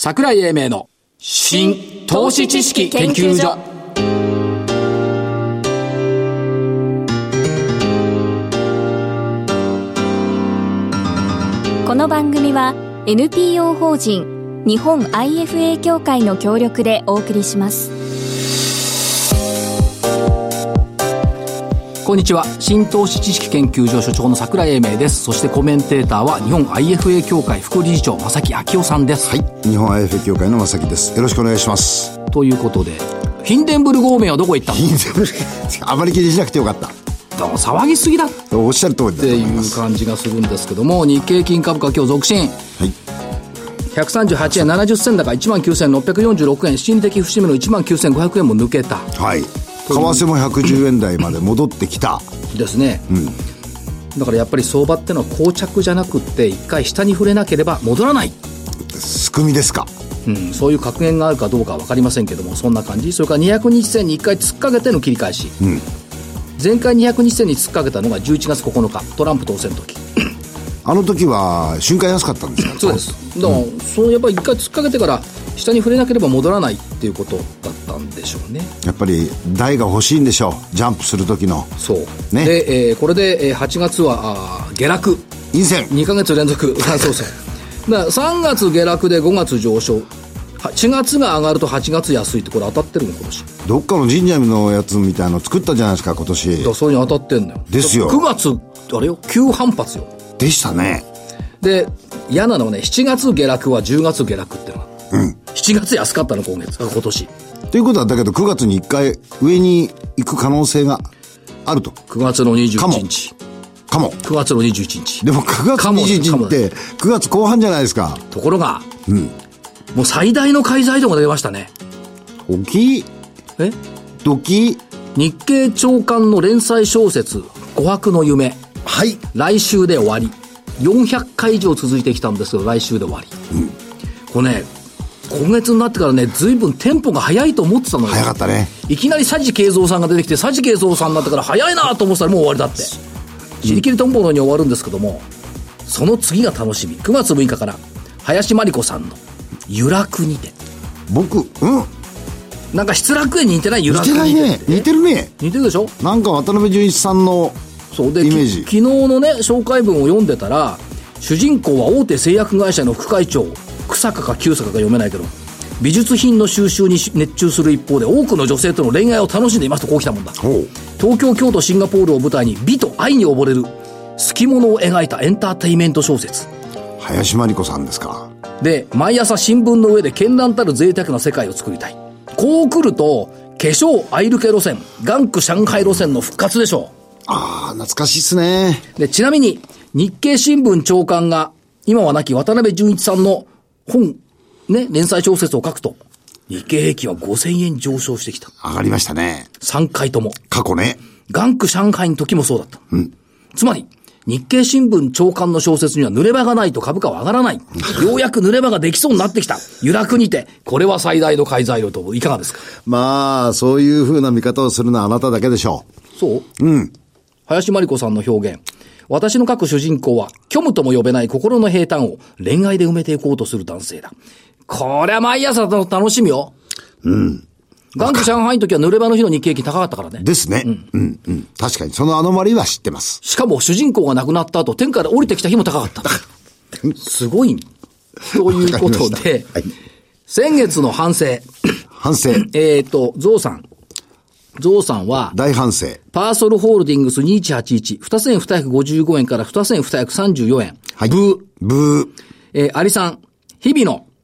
桜井英明の新投資知識研究所。 この番組は NPO 法人日本 IFA 協会の協力でお送りします。 こんにちは。新投資知識研究所所長の桜井英明です。そしてコメンテーターは日本 IFA 協会副理事長正木昭夫さんです。 はい、日本 IFA 協会の正木です。よろしくお願いします。 ということで、ヒンデンブルグ方面はどこ行ったの？ ヒンデンブルグあまり気にしなくてよかった。 騒ぎすぎだおっしゃる通りだと思いますっていう感じがするんですけども、日経金株価今日続伸、はい、138円70銭高 19,646 円、心的節目の 19,500 円も抜けた。 はい、為替も110円台まで戻ってきたですね、だからやっぱり相場ってのは膠着じゃなくって一回下に触れなければ戻らない。 すくみですか。 そういう格言があるかどうかは分かりませんけども、そんな感じ。それから200日線に1回突っかけての切り返し、前回200日線に突っかけたのが11月9日トランプ当選の時あの時は瞬間安かったんですか？ そうです。だから、そうやっぱり一回突っかけてから下に触れなければ戻らないっていうことだったんでしょうね。 やっぱり台が欲しいんでしょう、ジャンプする時の。 そう、 ね、 で、これで8月は下落、 陰線 2ヶ月連続そうそうだから3月下落で5月上昇、4月が上がると8月安いって、これ当たってるの今年。 どっかの神社のやつみたいなの作ったじゃないですか今年。 だからそれに当たってんのよ。 ですよ。 9月あれよ、急反発よ。 でしたね。 で嫌なのはね、7月下落は10月下落ってのが、7月安かったの今年ということはだけど9月に1回上に行く可能性があると。 9月の21日かも 9月の21日でも9月21日って9月後半じゃないですか。 ところが、もう最大の買い材料が出ましたね。 大きいドキ日経長官の連載小説琥珀の夢、 はい、 来週で終わり。400回以上続いてきたんですけど来週で終わり、これね、今月になってからね、随分テンポが早いと思ってたのよ。 早かったね。 いきなり佐治慶三さんが出てきて、佐治慶三さんになってから早いなと思ってたらもう終わりだって、尻切りとんぼのように終わるんですけども、その次が楽しみ。9月6日から林真理子さんの由楽にて。 僕なんか失楽園に似てない？由楽にて。 似てないね。似てるね。 似てるでしょ。 なんか渡辺淳一さんのそうで、 イメージ。 昨日のね紹介文を読んでたら、主人公は大手製薬会社の副会長、草加か旧坂か読めないけど、美術品の収集に熱中する一方で多くの女性との恋愛を楽しんでいますとこう来たもんだ。東京、京都、シンガポールを舞台に美と愛に溺れる好き者を描いたエンターテイメント小説。 林真理子さんですか。で、 毎朝新聞の上で絢爛たる贅沢な世界を作りたい。こう来ると化粧アイル系路線、頑固上海路線の復活でしょう。 懐かしいっすね。 で、ちなみに日経新聞長官が今は亡き渡辺淳一さんの本ね、連載小説を書くと日経平均は5000円上昇してきた。 上がりましたね。 3回とも。 過去ね。 頑固上海の時もそうだった。つまり日経新聞長官の小説には濡れ場がないと株価は上がらない。ようやく濡れ場ができそうになってきた。由楽にて。これは最大の買い材料といかがですか？ まあそういう風な見方をするのはあなただけでしょう。 そう？林真理子さんの表現。私の書く主人公は虚無とも呼べない心の平坦を恋愛で埋めていこうとする男性だ。これは毎朝の楽しみよ。頑固上海の時は濡れ場の日の日経平均高かったからね。 ですね。確かにそのアノマリは知ってます。 しかも主人公が亡くなった後、天から降りてきた日も高かった。すごい。ということで、先月の反省。ゾウさんは、 大反省。 パーソルホールディングス2181、2255円から2234円。 はい。ブー。 アリさん、日々の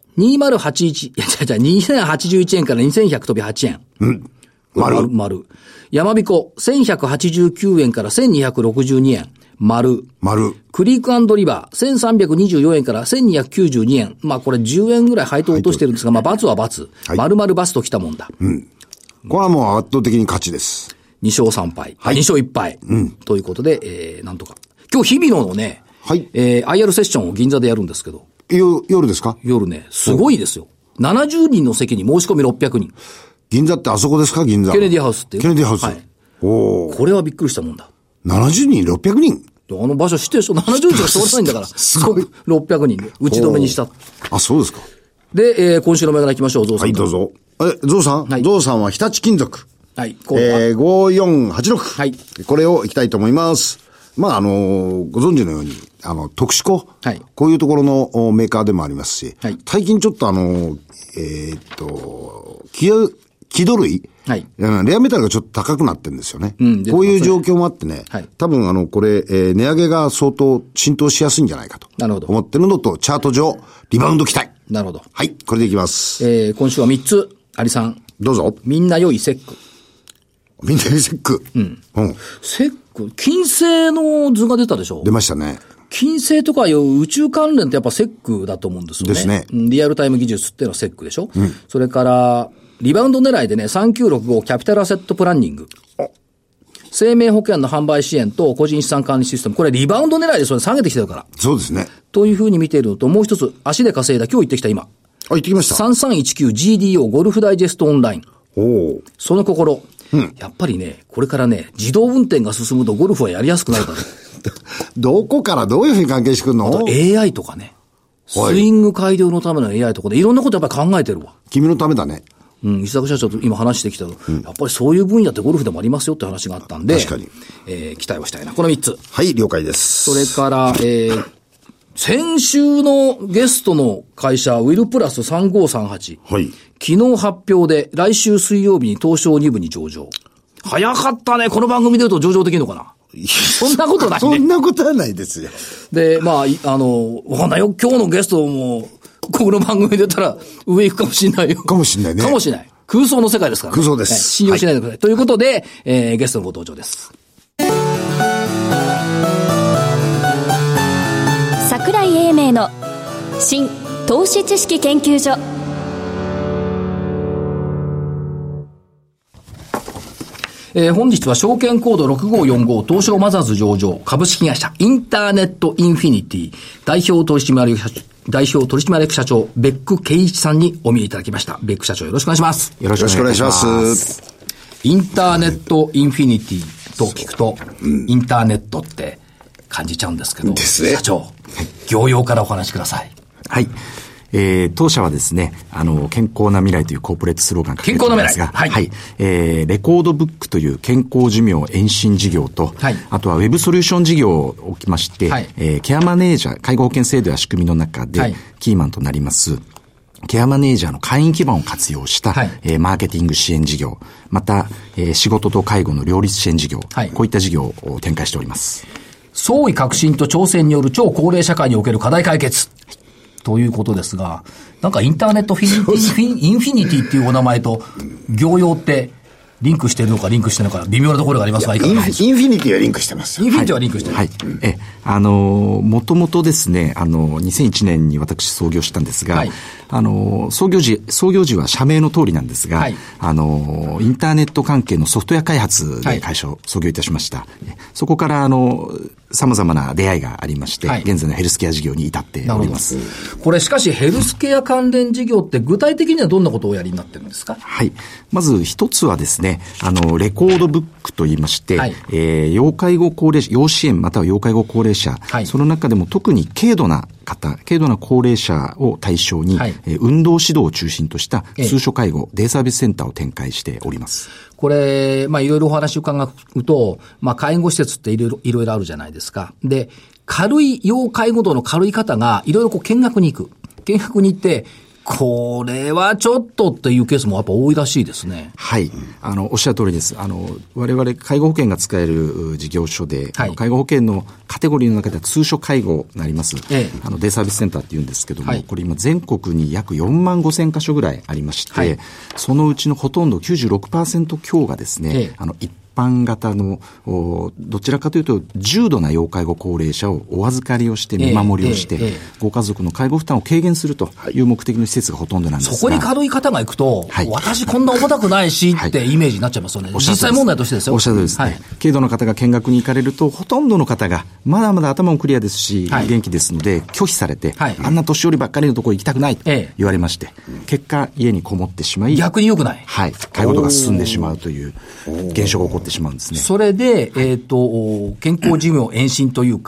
2081、2081円から2100飛び8円。丸。山彦、1189円から1262円。丸。クリーク&リバー、1324円から1292円。まあこれ10円ぐらい配当落としてるんですが、まあ×は×。丸々×ときたもんだ。 これはもう圧倒的に勝ちです。 2勝3敗。2勝1敗。ということで、なんとか。今日日々のね、IR セッションを銀座でやるんですけど。 夜ですか？ 夜ね、すごいですよ。70人の席に申し込み600人。 銀座ってあそこですか？銀座。 ケネディハウスっていう。 ケネディハウス。はい。 これはびっくりしたもんだ。 70人、600人。 あの場所知ってる人70人しか通らないんだから。すごい。600人で打ち止めにした。 そうですか。 で、今週の銘柄行きましょう、ゾウさん。 はい、どうぞ。ゾウさん、はい、ゾウさんは日立金属。 はい。 5486。 はい。 これを行きたいと思います。まあ、ご存知のように、特殊鋼。 はい。 こういうところのメーカーでもありますし、 はい。 最近ちょっと木土類。はい。レアメタルがちょっと高くなってるんですよね。うん。こういう状況もあってね。はい。多分これ、値上げが相当浸透しやすいんじゃないかと。なるほど。思ってるのと、チャート上、リバウンド期待。 なるほど。 はい。これでいきます。 今週は3つ、アリさん。 どうぞ。 みんな良いセック。 みんな良いセック。 うん。うん。セック、金星の図が出たでしょ？ 出ましたね。 金星とかいう宇宙関連ってやっぱセックだと思うんですよね。 ですね。 リアルタイム技術っていうのはセックでしょ？うん。それから、リバウンド狙いでね、3965キャピタルアセットプランニング。生命保険の販売支援と個人資産管理システム。これリバウンド狙いでそれ下げてきてるから。 そうですね。 というふうに見ているのと、もう一つ、足で稼いだ今日行ってきた今。 行ってきました。 3319GDO ゴルフダイジェストオンライン。 おその心。うん。やっぱりね、これからね、自動運転が進むとゴルフはやりやすくなるから。 どこからどういうふうに関係してくるの？ あと AI とかね。スイング改良のための AI とかでいろんなことやっぱり考えてるわ。 君のためだね。 うん、石坂社長と今話してきたと、うん、やっぱりそういう分野ってゴルフでもありますよって話があったんで。 確かに。 期待をしたいな。この3つ。 はい、了解です。 それから、先週のゲストの会社、ウィルプラス3538。 はい。 昨日発表で、来週水曜日に東証2部に上場。早かったね。この番組で言うと上場できるのかな？そんなことないね。 そんなことはないですよ。 で、まあ、わかんないよ。今日のゲストも、ここの番組で出たら上行くかもしれないよ。 かもしれないね。 かもしれない。空想の世界ですからね。 空想です。 信用しないでください。はい、ということで、ゲストのご登場です。 櫻井英明の新投資知識研究所。 本日は証券コード6545東証マザーズ上場株式会社インターネットインフィニティ代表取締役社長ベック圭一さんにお見えいただきました。ベック社長よろしくお願いします。 よろしくお願いします。 インターネットインフィニティと聞くと、インターネットって感じちゃうんですけど、 ですね、 社長、業用からお話しください。 はい。当社はですね、健康な未来というコーポレートスローガンが書かれていますが、 はい。はい。 レコードブックという健康寿命延伸事業と、はい。あとはウェブソリューション事業を置きまして、はい。ケアマネージャー、介護保険制度や仕組みの中で、はい。キーマンとなります、ケアマネージャーの会員基盤を活用した、はい。マーケティング支援事業、また、仕事と介護の両立支援事業、はい。こういった事業を展開しております。 創意革新と挑戦による超高齢社会における課題解決。ということですが、なんかインターネットインフィニティっていうお名前と業用ってリンクしてるのかリンクしてるのか微妙なところがありますが、 インフィニティはリンクしてます。 インフィニティはリンクしてる。 はい。もともとですね、2001年に私創業したんですが、はい、創業時は社名の通りなんですが、はい、インターネット関係のソフトウェア開発で会社を創業いたしました。はい、そこから様々な出会いがありまして、はい、現在のヘルスケア事業に至っております。 これしかしヘルスケア関連事業って具体的にはどんなことをおやりになってるんですか？ はい。まず一つはですね、レコードブックと言いまして、はい、要介護高齢者、要支援または要介護高齢者、はい、その中でも特に軽度な高齢者を対象に、はい、運動指導を中心とした通所介護、デイサービスセンターを展開しております。 これ、まあ、いろいろお話を伺うと、まあ、介護施設っていろいろあるじゃないですか。で、要介護度の軽い方がいろいろ見学に行って、これはちょっとっていうケースもやっぱ多いらしいですね。 はい。おっしゃる通りです。我々介護保険が使える事業所で、はい、介護保険のカテゴリーの中では通所介護になります。デイサービスセンターって言うんですけども、はい、これ今全国に約4万5千箇所ぐらいありまして、はい、そのうちのほとんど 96% 強がですね、一般型のどちらかというと重度な要介護高齢者をお預かりをして見守りをして、ご家族の介護負担を軽減するという目的の施設がほとんどなんですが、 そこに軽い方が行くと、はい、私こんな重たくないしってイメージになっちゃいますよね。実際問題としてですよ。 おっしゃるとおりですね、はい、軽度の方が見学に行かれるとほとんどの方がまだまだ頭もクリアですし、はい、元気ですので拒否されて、はい、あんな年寄りばっかりのところ行きたくないと言われまして、結果家にこもってしまい、 逆に良くない、 はい、介護度が進んでしまうという現象が起こってしまうんですね。 それで、健康寿命延伸というか、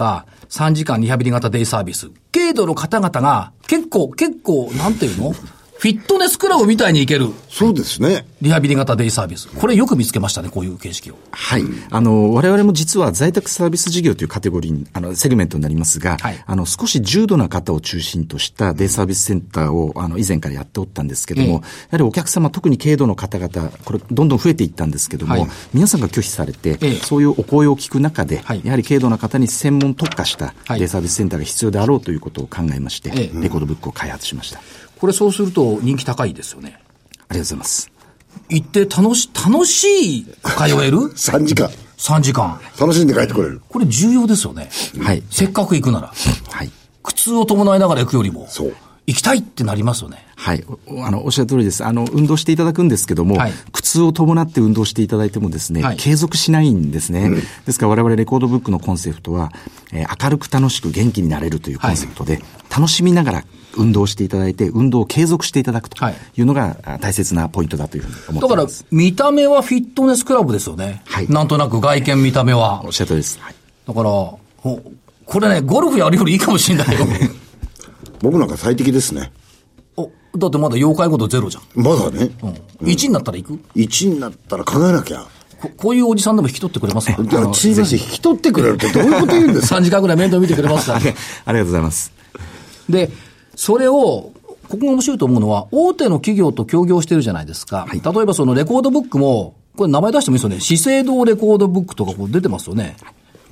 3時間リハビリ型デイサービス。軽度の方々が結構、なんていうのフィットネスクラブみたいに行ける。 そうですね。 リハビリ型デイサービス。これよく見つけましたね、こういう形式を。 はい。我々も実は在宅サービス事業というカテゴリーに、セグメントになりますが、はい、少し重度な方を中心としたデイサービスセンターを、以前からやっておったんですけども、やはりお客様、特に軽度の方々、これ、どんどん増えていったんですけども、はい、皆さんが拒否されて、そういうお声を聞く中で、はい、やはり軽度な方に専門特化したデイサービスセンターが必要であろうということを考えまして、レコードブックを開発しました。 これそうすると人気高いですよね。 ありがとうございます。 行って楽しい通える ?3 時間。 3時間。 楽しんで帰ってこれる。 これ重要ですよね。 はい。 せっかく行くなら。 はい。 苦痛を伴いながら行くよりも。 そう。 行きたいってなりますよね。 はい。おっしゃる通りです。運動していただくんですけども、はい、苦痛を伴って運動していただいてもですね、はい、継続しないんですね。ですから我々レコードブックのコンセプトは、明るく楽しく元気になれるというコンセプトで、はい、楽しみながら運動していただいて、運動を継続していただくというのが大切なポイントだというふうに思っています。 だから、見た目はフィットネスクラブですよね。はい。なんとなく外見見た目は。 おっしゃる通りです。はい。 だから、これね、ゴルフやるよりいいかもしれないよ。 僕なんか最適ですね。 だってまだ妖怪ごとゼロじゃん。 まだね。 1になったら行く ?1 になったら考えなきゃ。 こういうおじさんでも引き取ってくれますか？ すいません、引き取ってくれるってどういうこと言うんですか？ 3 時間ぐらい面倒見てくれますから、ね。 ありがとうございます。 で、それを、ここが面白いと思うのは、大手の企業と協業してるじゃないですか。はい、例えばそのレコードブックも、これ名前出してもいいですよね。資生堂レコードブックとかこう出てますよね。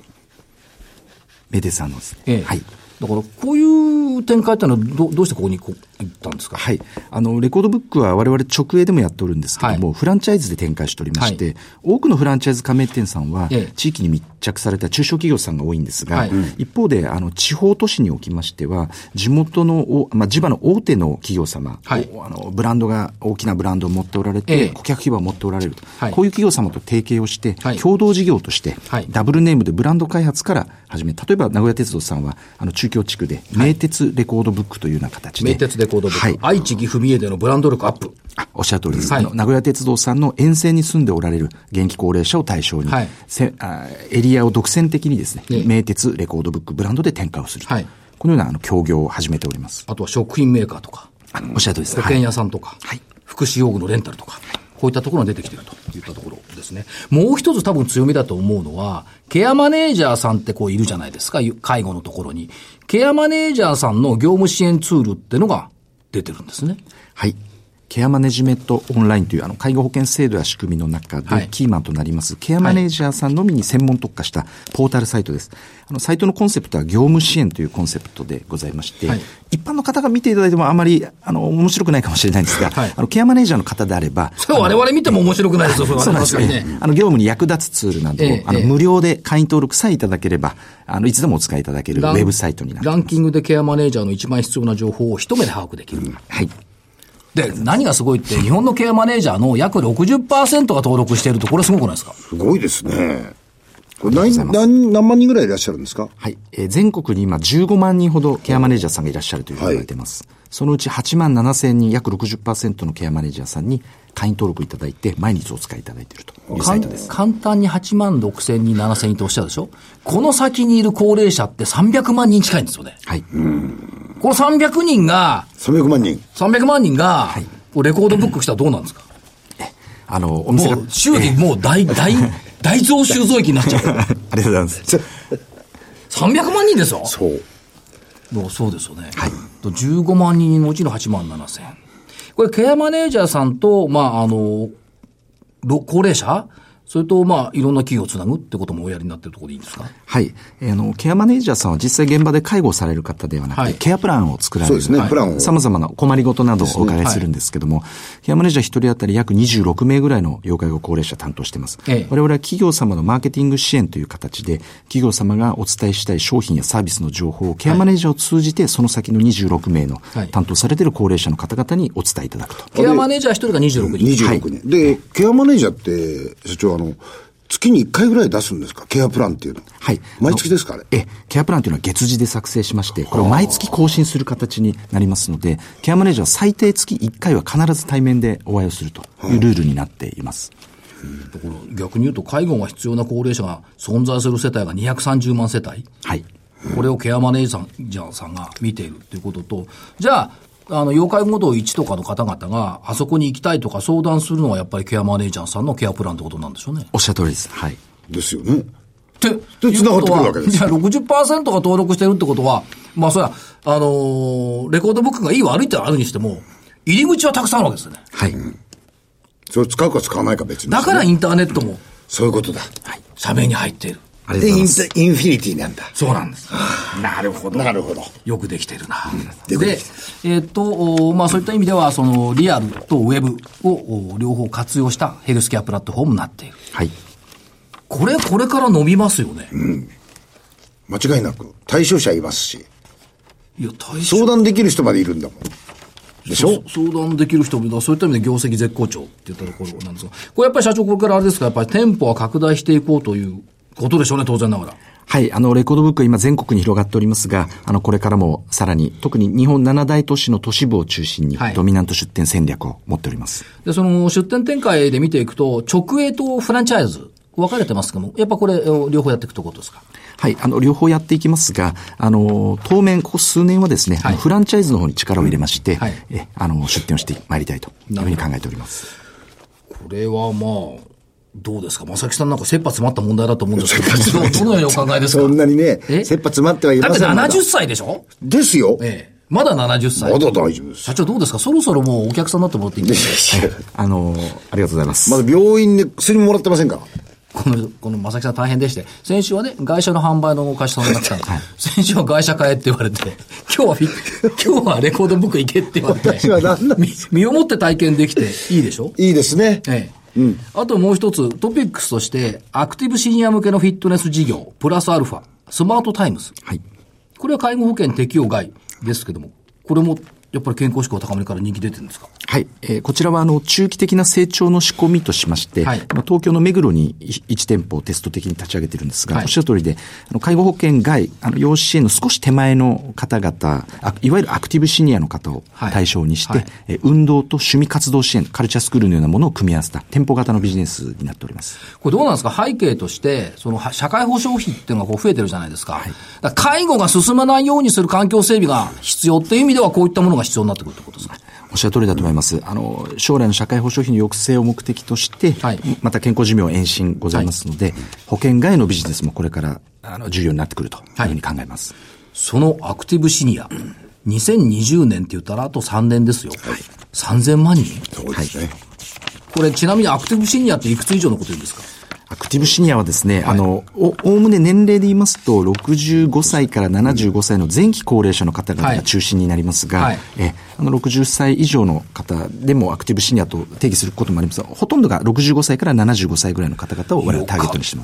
メデさんのですね。はい。 だから、こういう展開ってのはどうしてここに行ったんですか？ はい。レコードブックは我々直営でもやっておるんですけども、はい、フランチャイズで展開しておりまして、はい、多くのフランチャイズ加盟店さんは、地域に密着された中小企業さんが多いんですが、はい、一方で、地方都市におきましては、地元の、地場の大手の企業様、はい、ブランドが、大きなブランドを持っておられて、顧客規模を持っておられると、はい、こういう企業様と提携をして、はい、共同事業として、はい、ダブルネームでブランド開発から始め、例えば名古屋鉄道さんは、中京地区で、名鉄レコードブックというような形で。 名鉄レコードブック。はい、愛知、岐阜、三重でのブランド力アップ。 おっしゃる通りです。はい、名古屋鉄道さんの沿線に住んでおられる現役高齢者を対象に、はい、エリアを独占的にですね、名鉄レコードブックブランドで展開をする。はい、このような協業を始めております。 あとは食品メーカーとか。 おっしゃる通りです。 保険屋さんとか。はい、福祉用具のレンタルとか。こういったところが出てきているといったところですね。もう一つ多分強みだと思うのは、ケアマネージャーさんってこういるじゃないですか、介護のところに。ケアマネージャーさんの業務支援ツールってのが出てるんですね。 はい。ケアマネジメントオンラインという介護保険制度や仕組みの中でキーマンとなります、ケアマネージャーさんのみに専門特化したポータルサイトです。サイトのコンセプトは業務支援というコンセプトでございまして、はい、一般の方が見ていただいてもあまり面白くないかもしれないんですが、はい、ケアマネージャーの方であれば、 それ我々見ても面白くないですよ。 そうなんですよね。業務に役立つツールなどを、無料で会員登録さえいただければ、いつでもお使いいただけるウェブサイトになっています。 ランキングでケアマネージャーの一番必要な情報を一目で把握できる。 はい。 で、何がすごいって、日本のケアマネージャーの約 60% が登録していると、これすごくないですか？ すごいですね。これ何万人ぐらいいらっしゃるんですか？ はい。全国に今15万人ほどケアマネージャーさんがいらっしゃるというふうに言われています。はい、そのうち8万7千人、約 60% のケアマネージャーさんに会員登録いただいて、毎日お使いいただいているというサイトです。 簡単に8万6千人、7千人とおっしゃるでしょ？この先にいる高齢者って300万人近いんですよね。 はい。 この300人が、 300 万人が、はい、レコードブックしたらどうなんですか？ お店がもう収益もう大増収増益になっちゃう。 ありがとうございます。 300万人ですよ。 そう。 そうですよね。 はい。 15万人のうちの8万7千。これケアマネージャーさんと、高齢者それと、いろんな企業をつなぐってこともおやりになっているところでいいんですか？ はい。ケアマネージャーさんは実際現場で介護される方ではなくて、はい、ケアプランを作られる。 そうですね、プランを。 様々な困りごとなどをお伺いするんですけども、はい、ケアマネージャー1人当たり約26名ぐらいの要介護高齢者担当しています。我々は企業様のマーケティング支援という形で、企業様がお伝えしたい商品やサービスの情報をケアマネージャーを通じて、その先の26名の担当されている高齢者の方々にお伝えいただくと。 ケアマネージャー1人が26人。 26人。で、ケアマネージャーって、社長月に1回ぐらい出すんですか？ケアプランっていうの。 はい。 毎月ですか？ ケアプランというのは月次で作成しまして、これを毎月更新する形になりますので、ケアマネージャーは最低月1回は必ず対面でお会いをするというルールになっています。 ところ逆に言うと、介護が必要な高齢者が存在する世帯が230万世帯。 はい。 これをケアマネージャーさんが見ているということと、じゃあ、要介護度1とかの方々が、あそこに行きたいとか相談するのはやっぱりケアマネージャーさんのケアプランってことなんでしょうね。 おっしゃる通りです。はい。 ですよね。 で、繋がってくるわけです。じゃあ 60% が登録してるってことは、まあそれは、レコードブックがいい悪いってあるにしても、入り口はたくさんあるわけですよね。 はい。それを使うか使わないか別に、 だからインターネットも。 そういうことだ。 はい。社名に入っている。 で、インフィニティなんだ。 そうなんです。 なるほど。なるほど。 よくできてるな。で、まあそういった意味では、その、リアルとウェブを両方活用したヘルスケアプラットフォームになっている。 はい。 これから伸びますよね。 うん。間違いなく。対象者いますし。 いや、 相談できる人までいるんだもん。でしょ？ 相談できる人も、そういった意味で業績絶好調って言ったところなんですが、これやっぱり社長これからあれですか、やっぱり店舗は拡大していこうということでしょうね、当然ながら。 はい、レコードブックは今全国に広がっておりますが、これからもさらに、特に日本7大都市の都市部を中心に、ドミナント出店戦略を持っております。 で、その出店展開で見ていくと、直営とフランチャイズ、分かれてますけども、やっぱこれ、両方やっていくということですか？ はい、両方やっていきますが、当面、ここ数年はですね、フランチャイズの方に力を入れまして、出店をしてまいりたいというふうに考えております。 これはまあ、どうですか、正木さんなんか切羽詰まった問題だと思うんですけど、どのようにお考えですか？ そんなにね、切羽詰まってはいません。 だって70歳でしょ？ ですよ。 まだ70歳。 まだ大丈夫です。 社長どうですか？そろそろもうお客さんになってもらっていいんですか？ ありがとうございます。 まだ病院で薬もらってませんか？ この正木さん大変でして、先週はね、外車の販売の会社さんになってたんです。先週は外車買えって言われて、今日はレコードブック行けって言われて、 私は何なん身をもって体験できていいでしょ？ いいですね。 うん。あともう一つ、トピックスとして、アクティブシニア向けのフィットネス事業、プラスアルファ、スマートタイムズ。 はい。 これは介護保険適用外ですけども、これもやっぱり健康志向高めから人気出てるんですか？ はい。こちらは中期的な成長の仕込みとしまして、東京の目黒に1店舗をテスト的に立ち上げてるんですが、おっしゃる通りで、介護保険外、養子支援の少し手前の方々、いわゆるアクティブシニアの方を対象にして、運動と趣味活動支援、カルチャースクールのようなものを組み合わせた店舗型のビジネスになっております。 これどうなんですか？背景として、その社会保障費っていうのが増えてるじゃないですか。だから介護が進まないようにする環境整備が必要っていう意味では、こういったものが必要になってくるってことですか？ おっしゃる通りだと思います。将来の社会保障費の抑制を目的として、また健康寿命延伸ございますので、保険外のビジネスもこれから重要になってくるというふうに考えます。 そのアクティブシニア、2020年って言ったらあと3年ですよ。3000万人？ そうですね。 これちなみにアクティブシニアっていくつ以上のこと言うんですか？ アクティブシニアはですね、おおむね年齢で言いますと、65歳から75歳の前期高齢者の方々が中心になりますが、60歳以上の方でもアクティブシニアと定義することもありますが、ほとんどが65歳から75歳ぐらいの方々を我々はターゲットにしています。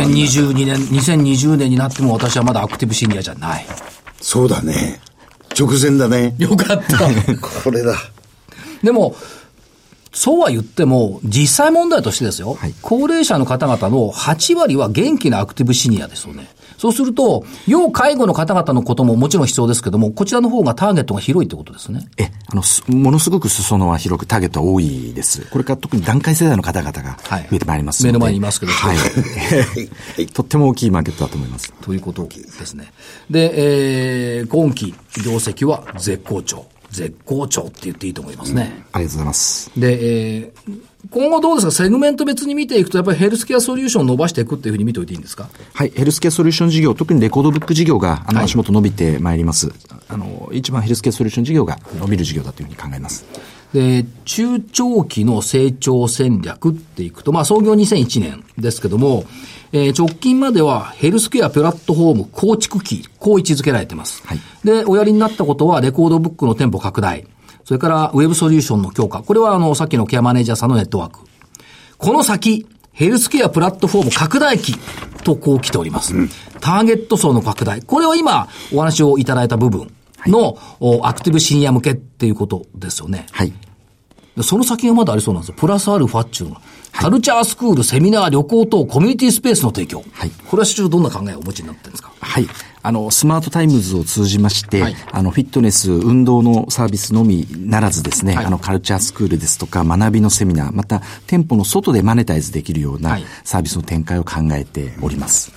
2020年になっても私はまだアクティブシニアじゃない。 そうだね。直前だね。 よかった。 これだ。 でも、そうは言っても、実際問題としてですよ、高齢者の方々の8割は元気なアクティブシニアですよね。そうすると、要介護の方々のことももちろん必要ですけども、こちらの方がターゲットが広いってことですね。 ものすごく裾野は広くターゲットは多いです。これから特に団塊世代の方々が増えてまいりますので、 目の前にいますけど、 とっても大きいマーケットだと思います。 ということですね。で、今期業績は絶好調って言っていいと思いますね。 ありがとうございます。 で、今後どうですか？セグメント別に見ていくと、やっぱりヘルスケアソリューションを伸ばしていくっていうふうに見ておいていいんですか？ はい。ヘルスケアソリューション事業、特にレコードブック事業が、足元伸びてまいります。一番ヘルスケアソリューション事業が伸びる事業だというふうに考えます。 で、中長期の成長戦略っていくと、創業2001年ですけども、直近まではヘルスケアプラットフォーム構築期、こう位置づけられています。で、おやりになったことはレコードブックの店舗拡大、それからウェブソリューションの強化。これはさっきのケアマネージャーさんのネットワーク。この先、ヘルスケアプラットフォーム拡大期とこう来ております。ターゲット層の拡大。これは今お話をいただいた部分の、アクティブシニア向けっていうことですよね。 はい。 その先がまだありそうなんですよ。プラスアルファっていうのが。カルチャースクール、セミナー、旅行等、コミュニティスペースの提供。これは社長どんな考えをお持ちになってるんですか？ はい。スマートタイムズを通じまして、フィットネス、運動のサービスのみならずですね、カルチャースクールですとか、学びのセミナー、また、店舗の外でマネタイズできるようなサービスの展開を考えております。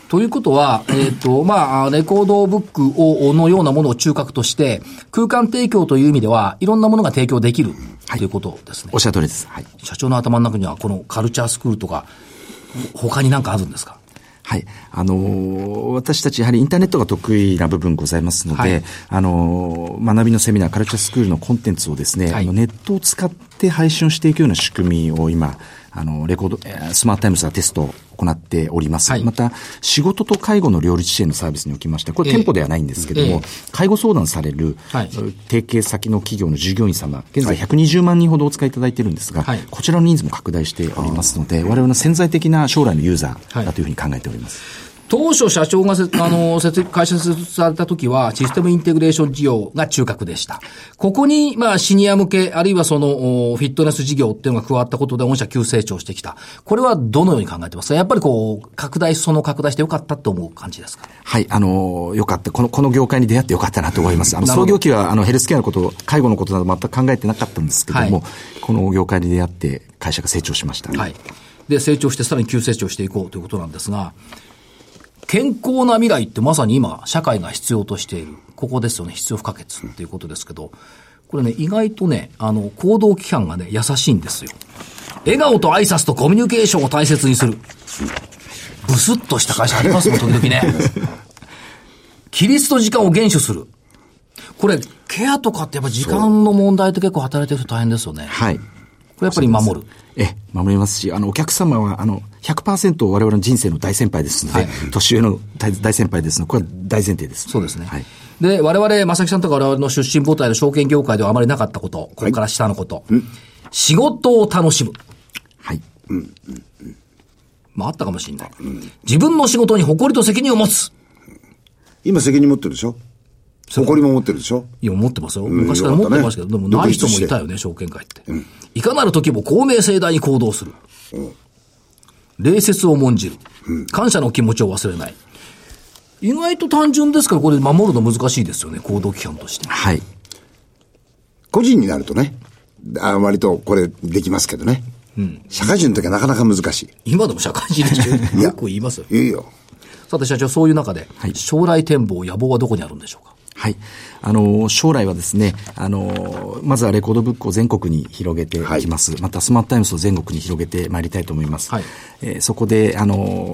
ということは、まあ、レコードブックのようなものを中核として、空間提供という意味では、いろんなものが提供できるということですね。 おっしゃる通りです。はい。 社長の頭の中には、このカルチャースクールとか、他に何かあるんですか？ はい。私たちやはりインターネットが得意な部分ございますので、はい、学びのセミナー、カルチャースクールのコンテンツをですね、はい、ネットを使って配信をしていくような仕組みを今、レコード、スマートタイムズがテストを行っております。はい、また、仕事と介護の両立支援のサービスにおきまして、これ店舗ではないんですけども、介護相談される、提携先の企業の従業員様、現在120万人ほどお使いいただいているんですが、はい、こちらの人数も拡大しておりますので、我々の潜在的な将来のユーザーだというふうに考えております。 当初社長が会社設立された時はシステムインテグレーション事業が中核でした。ここにまあシニア向けあるいはそのフィットネス事業っていうのが加わったことで御社急成長してきた。これはどのように考えてますか？やっぱりこう拡大してよかったと思う感じですか？ はい、よかった。この業界に出会ってよかったなと思います。創業期はヘルスケアのこと、介護のことなど全く考えてなかったんですけども、はい、この業界に出会って会社が成長しました。 はい。で成長してさらに急成長していこうということなんですが。健康な未来ってまさに今、社会が必要としている。ここですよね。必要不可欠っていうことですけど、これね、意外とね、行動規範がね、優しいんですよ。笑顔と挨拶とコミュニケーションを大切にする。ブスッとした会社ありますもん、時々ね。規律と時間を厳守する。これ、ケアとかってやっぱ時間の問題って結構働いてる人大変ですよね。 はい。 これやっぱり守る。 守りますし、お客様は、100% 我々の人生の大先輩ですので、はい、年上の大先輩ですので、これは大前提です。 そうですね。はい。で、我々、正木さんとか我々の出身母体の証券業界ではあまりなかったこと、これから下のこと。はい、仕事を楽しむ。 はい。 まあ、あったかもしれない。自分の仕事に誇りと責任を持つ。 今責任持ってるでしょ？誇りも持ってるでしょ？ いや、持ってますよ。昔から持ってますけど、でもない人もいたよね、証券会って。いかなる時も公明正大に行動する。礼節を重んじる。感謝の気持ちを忘れない。意外と単純ですから、これ守るの難しいですよね、行動規範として。 はい。 個人になるとね、割とこれできますけどね。社会人の時はなかなか難しい。 今でも社会人でしょ。よく言いますよ。 いいよ。 さて社長、そういう中で、将来展望、野望はどこにあるんでしょうか？ はい。将来はですね、まずはレコードブックを全国に広げていきます。はい、またスマートタイムズを全国に広げてまいりたいと思います。はい。そこで、我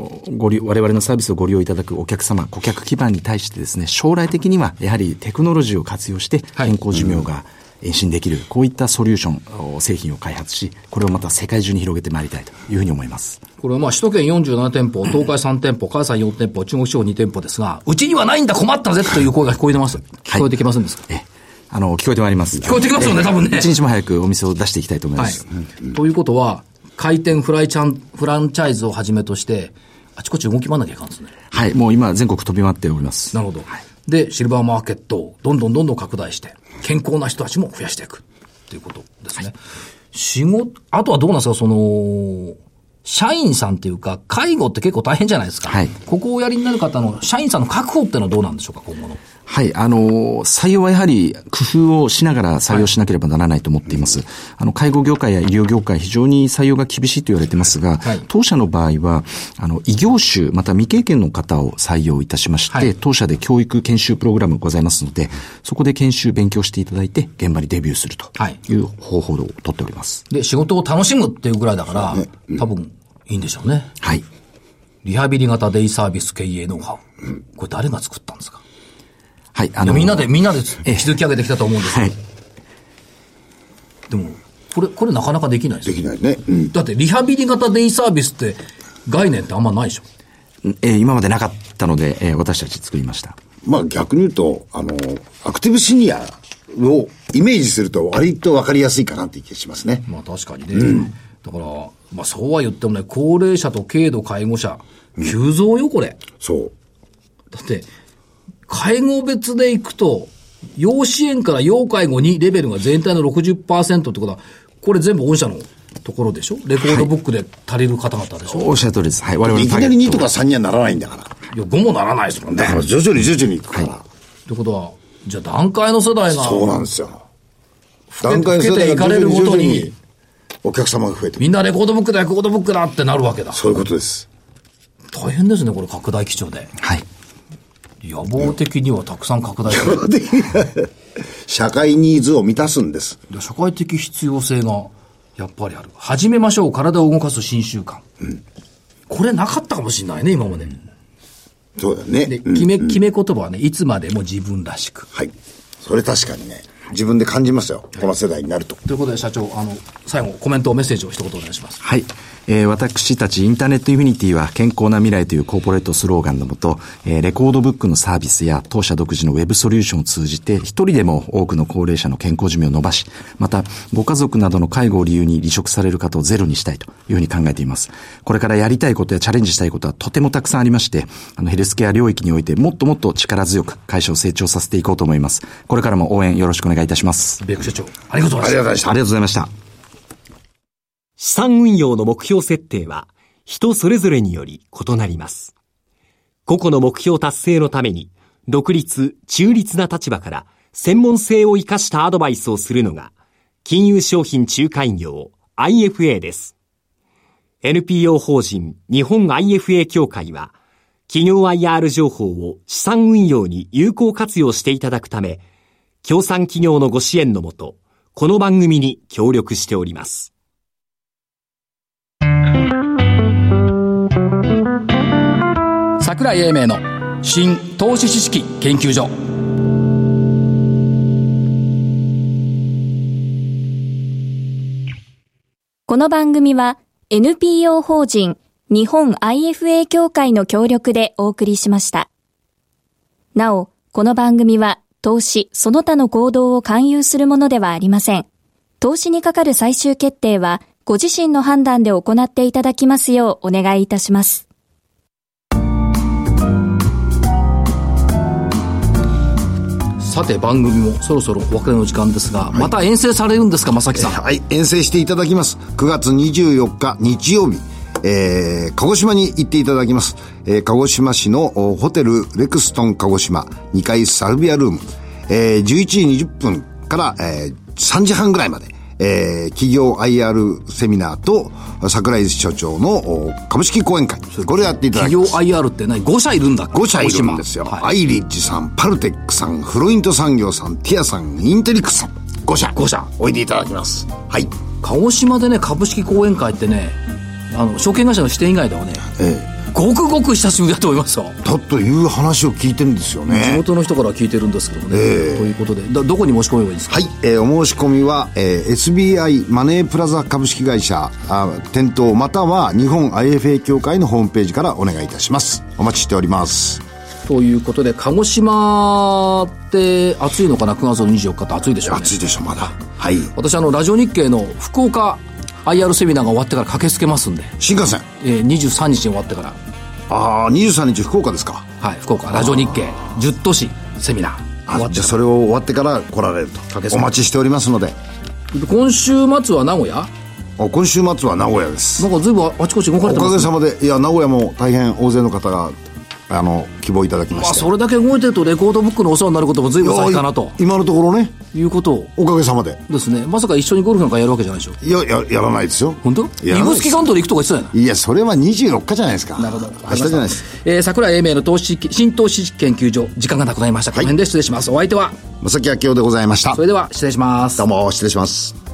々のサービスをご利用いただくお客様、顧客基盤に対してですね、将来的にはやはりテクノロジーを活用して健康寿命が延伸できる、こういったソリューション、製品を開発し、これをまた世界中に広げてまいりたいというふうに思います。 これはまあ首都圏47店舗、東海3店舗、関西4店舗、中国地方2店舗ですが、うちにはないんだ困ったぜという声が聞こえてます。聞こえてきますんですか？ 聞こえてまいります。 聞こえてきますよね、多分ね。 一日も早くお店を出していきたいと思います。 はい。ということは、開店フランチャイズをはじめとして、あちこち動き回らなきゃいかんですね。 はい、もう今全国飛び回っております。 なるほど。はい、で、シルバーマーケットをどんどん拡大して、健康な人たちも増やしていくということですね。はい、あとはどうなんですか、社員さんっていうか、介護って結構大変じゃないですか。はい。ここをおやりになる方の社員さんの確保っていうのはどうなんでしょうか、今後の。 はい。採用はやはり工夫をしながら採用しなければならないと思っています。はい、介護業界や医療業界非常に採用が厳しいと言われてますが、はい、当社の場合は、異業種、また未経験の方を採用いたしまして、はい、当社で教育研修プログラムございますので、そこで研修勉強していただいて、現場にデビューするという方法をとっております。 で、仕事を楽しむっていうぐらいだから、多分いいんでしょうね。 はい。 リハビリ型デイサービス経営ノウハウ。これ誰が作ったんですか？ はい、 みんなで築き上げてきたと思うんですよ。はい。でも、これなかなかできないですよ。 できないね。 だってリハビリ型デイサービスって概念ってあんまないでしょ。 今までなかったので、私たち作りました。 まあ逆に言うと、アクティブシニアをイメージすると割とわかりやすいかなって気がしますね。 まあ確かにね。だから、まあそうは言ってもね、高齢者と軽度介護者、急増よ、これ。 そう。 だって、介護別でいくと、要支援から要介護にレベルが全体の 60% ってことは、これ全部御社のところでしょ？レコードブックで足りる方々でしょ？はい、 おっしゃる通りです。はい。我々 いきなり2とか3にはならないんだから。 いや、5もならないですもんね。 だから徐々にいくから。 はい。ってことは、じゃあ段階の世代が。 そうなんですよ。段階の世代が徐々にお客様が増えてみんなレコードブックだってなるわけだ。 そういうことです。 大変ですね、これ拡大基調で。 はい。 野望的にはたくさん拡大する。社会ニーズを満たすんです。 社会的必要性がやっぱりある。始めましょう、体を動かす新習慣。これなかったかもしれないね、今まで。 そうだね。 で、決め言葉はね、いつまでも自分らしく。 はい。それ確かにね、自分で感じますよ。この世代になると。 ということで、社長、最後、コメント、メッセージを一言お願いします。 はい。私たちインターネットユニティは健康な未来というコーポレートスローガンのもと、レコードブックのサービスや当社独自のウェブソリューションを通じて一人でも多くの高齢者の健康寿命を伸ばし、またご家族などの介護を理由に離職される方をゼロにしたいというふうに考えています。これからやりたいことやチャレンジしたいことはとてもたくさんありまして、ヘルスケア領域においてもっともっと力強く会社を成長させていこうと思います。これからも応援よろしくお願いいたします。 ベック社長、ありがとうございました。 ありがとうございました。 資産運用の目標設定は人それぞれにより異なります。個々の目標達成のために独立、中立な立場から専門性を生かしたアドバイスをするのが金融商品仲介業 IFA です。NPO 法人日本 IFA 協会は企業 IR 情報を資産運用に有効活用していただくため、協賛企業のご支援のもと、この番組に協力しております。 櫻井英明の新投資知識研究所。 この番組は NPO 法人日本 IFA 協会の協力でお送りしました。なお、この番組は投資その他の行動を勧誘するものではありません。投資にかかる最終決定はご自身の判断で行っていただきますようお願いいたします。 さて番組もそろそろお別れの時間ですが、また遠征されるんですか、正木さん。 はい、遠征していただきます。9月24日日曜日、鹿児島に行っていただきます。鹿児島市のホテルレクストン鹿児島2階サルビアルーム、11時20分から、3時半ぐらいまで、企業 IR セミナーと櫻井所長の株式講演会、これやっていただきます。 企業 IR って何、5社いるんだっけ。 5社いるんですよ、はい、アイリッジさん、パルテックさん、フロイント産業さん、ティアさん、インテリックスさん、5社おいでいただきます。はい。 鹿児島でね、株式講演会ってね、証券会社の支店以外ではね、ごくごく久しぶりだと思いますよ。 だという話を聞いてるんですよね。 地元の人から聞いてるんですけどもね、ということでどこに申し込めばいいですか。 はい、お申し込みは、SBI マネープラザ株式会社店頭または日本 IFA 協会のホームページからお願いいたします。お待ちしております。 ということで、鹿児島って暑いのかな。9月24日って暑いでしょうね。 暑いでしょまだ。はい。 私ラジオ日経の福岡 IR セミナーが終わってから駆けつけますんで。 新幹線、 23日に終わってから。 23日福岡ですか。 はい、福岡ラジオ日経10都市セミナー。 じゃあそれを終わってから来られると。お待ちしておりますので。 今週末は名古屋。 今週末は名古屋です。 なんか随分あちこち動かれてますね。 おかげさまで。いや、名古屋も大変大勢の方が希望いただきまして、 それだけ動いてるとレコードブックのお世話になることも随分先かなと今のところね、 いうことを。 おかげさまでですね。まさか一緒にゴルフなんかやるわけじゃないでしょ。 いや、やらないですよ。 本当？指宿関東で行くとか言ってたよな。 いや、それは24日じゃないですか。 なるほど、 明日じゃないです。 櫻井英明の新投資研究所、時間がなくなりました。この辺で失礼します。お相手は正木明夫でございました。 それでは失礼します。 どうも失礼します。